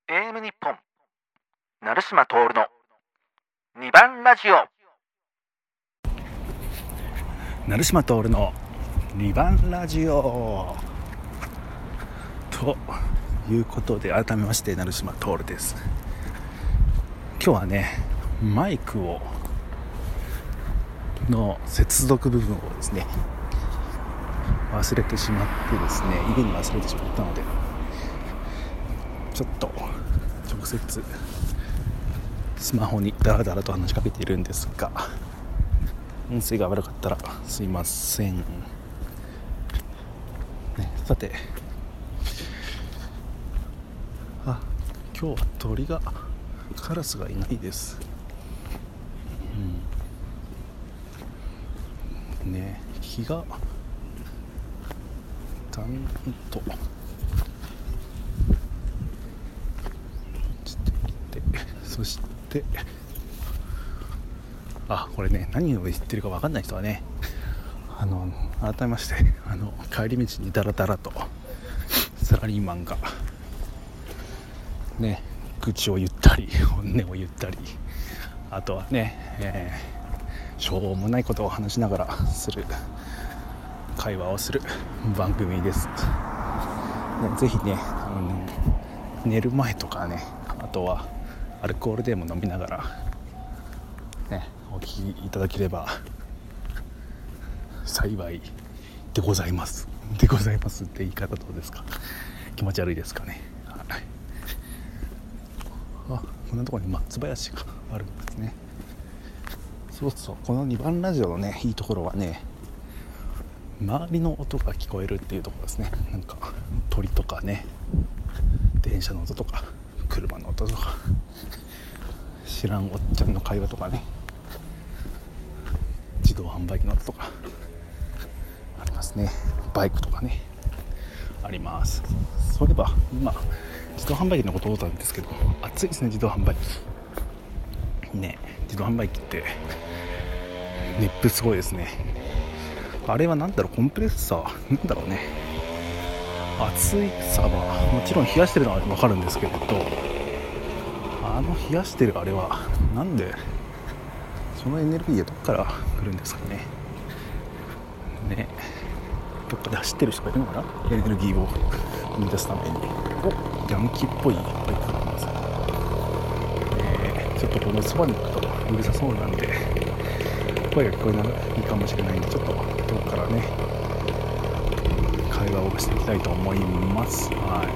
AM 日本成島徹の2番ラジオ。 成島徹の2番ラジオということで、改めまして成島徹です。今日はね、マイクの接続部分をですね忘れてしまってですね、家に忘れてしまったので、ちょっと直接スマホにダラダラと話しかけているんですが、音声が悪かったらすいません、ね。さて、今日はカラスがいないです、ね。日がだんだんと落ちてきて、そしてこれね、何を言ってるか分かんない人はね、改めまして、帰り道にダラダラとサラリーマンがね、愚痴を言ったり本音を言ったり、あとはね、しょうもないことを話しながら会話をする番組です、ね。ぜひね、寝る前とかね、あとはアルコールでも飲みながらね、お聞きいただければ幸いでございますって言い方どうですか？気持ち悪いですかね。こんなところに松林があるんですね。そう、この2番ラジオのね、いいところはね、周りの音が聞こえるっていうところですね。なんか鳥とかね、電車の音とか車の音とか、知らんおっちゃんの会話とかね、自動販売機の音とかありますね。バイクとかねあります。そういえば今自動販売機のことなんですけど、暑いですね。自動販売機ね、自動販売機って熱風すごいですね。あれはなんだろう、コンプレッサーなんだろうね。暑いさはもちろん冷やしてるのは分かるんですけれど、冷やしてるあれはなんで、そのエネルギーはどこから来るんですかね。どっかで走ってる人がいるのかな、エネルギーを生み出すために。ヤンキーっぽいバイクがあります。ちょっとこのそばに行くとうるさそうなんで声が聞こえないかもしれないんで、ちょっと遠くからね会話をしていきたいと思います。で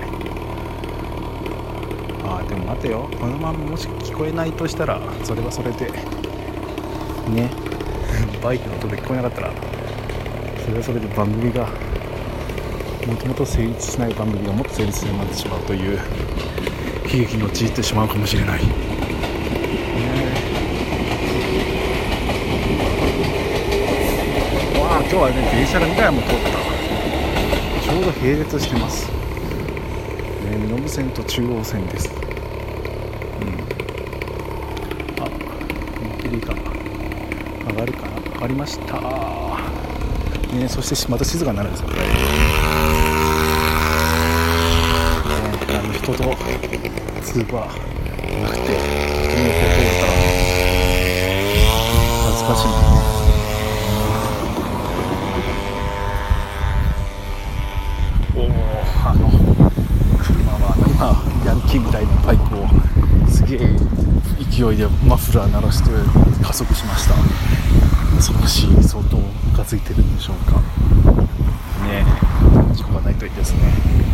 も待てよ、このままもし聞こえないとしたら、それはそれでねバイクの音で聞こえなかったら、それはそれで番組がもともと成立しない番組がもっと成立するようになってしまうという悲劇に陥ってしまうかもしれない、今日はね、電車が2台も通った。ちょうど並列してます、身延線と中央線です。バッテリーが上がるかな。上がりました、そしてまた静かになるんですよ、これ。人と通話なくて、普通の方法だったら恥ずかしいね。車は今ヤンキーみたいなバイクをすげえ勢いでマフラー鳴らして加速しました。恐ろしい、相当ムカついてるんでしょうかね。事故がないといいですね。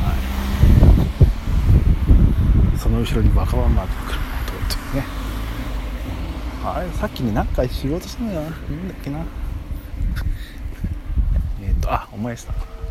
その後ろに若者が来るというね。さっきに何回しようとしたのよ。なんだっけな。思い出した。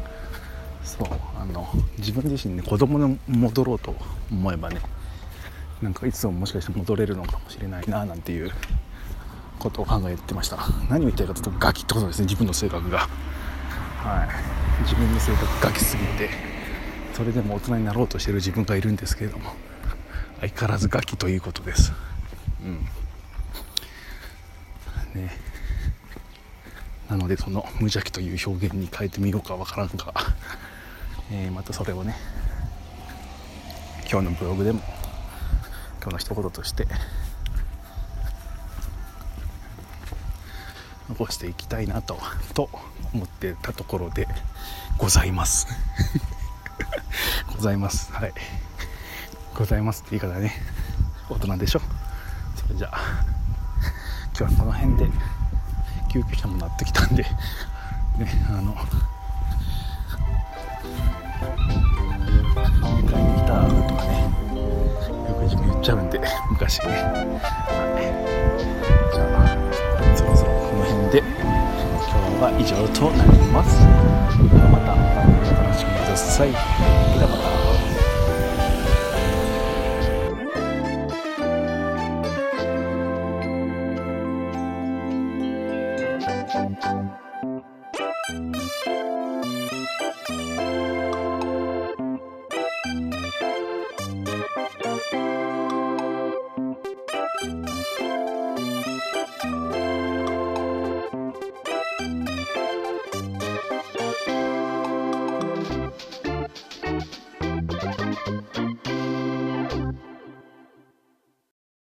自分自身ね、子供に戻ろうと思えばね、なんかいつももしかして戻れるのかもしれないな、なんていうことを考えてました。何を言いたいかというと、ガキってことですね。自分の性格が、自分の性格ガキすぎて、それでも大人になろうとしている自分がいるんですけれども、相変わらずガキということです。なので、その無邪気という表現に変えてみようかわからんが、またそれをね、今日のブログでも今日の一言として残していきたいなと思ってたところでございますございます。はい、ございますって言い方ね、大人でしょ。それじゃあ今日はこの辺で救急車も鳴ってきたんでね、迎えに来たとかね、よく自分言っちゃうんで昔ね、じゃあそろそろこの辺で今日は以上となります。またお楽しみください。